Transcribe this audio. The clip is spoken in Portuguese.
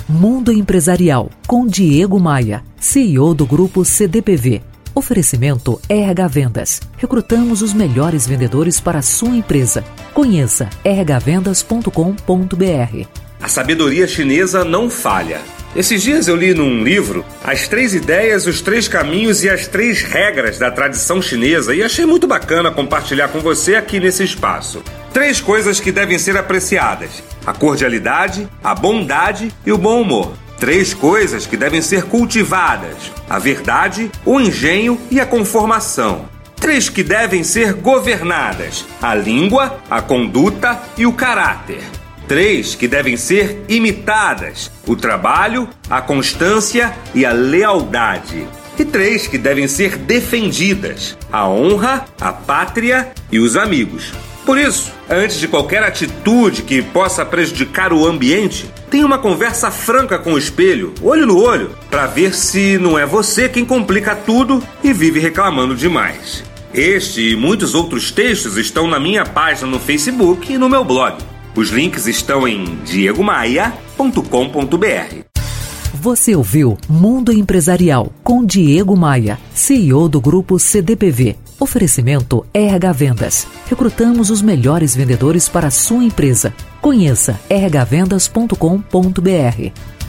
Mundo Empresarial, com Diego Maia, CEO do Grupo CDPV. Oferecimento RH Vendas. Recrutamos os melhores vendedores para a sua empresa. Conheça rhvendas.com.br. A sabedoria chinesa não falha. Esses dias eu li num livro as 3 ideias, os 3 caminhos e as 3 regras da tradição chinesa e achei muito bacana compartilhar com você aqui nesse espaço. 3 coisas que devem ser apreciadas: a cordialidade, a bondade e o bom humor. 3 coisas que devem ser cultivadas: a verdade, o engenho e a conformação. 3 que devem ser governadas: a língua, a conduta e o caráter. 3 que devem ser imitadas: o trabalho, a constância e a lealdade. E 3 que devem ser defendidas: a honra, a pátria e os amigos. Por isso, antes de qualquer atitude que possa prejudicar o ambiente, tenha uma conversa franca com o espelho, olho no olho, para ver se não é você quem complica tudo e vive reclamando demais. Este e muitos outros textos estão na minha página no Facebook e no meu blog. Os links estão em diegomaia.com.br. Você ouviu Mundo Empresarial com Diego Maia, CEO do Grupo CDPV. Oferecimento RH Vendas. Recrutamos os melhores vendedores para a sua empresa. Conheça rhvendas.com.br.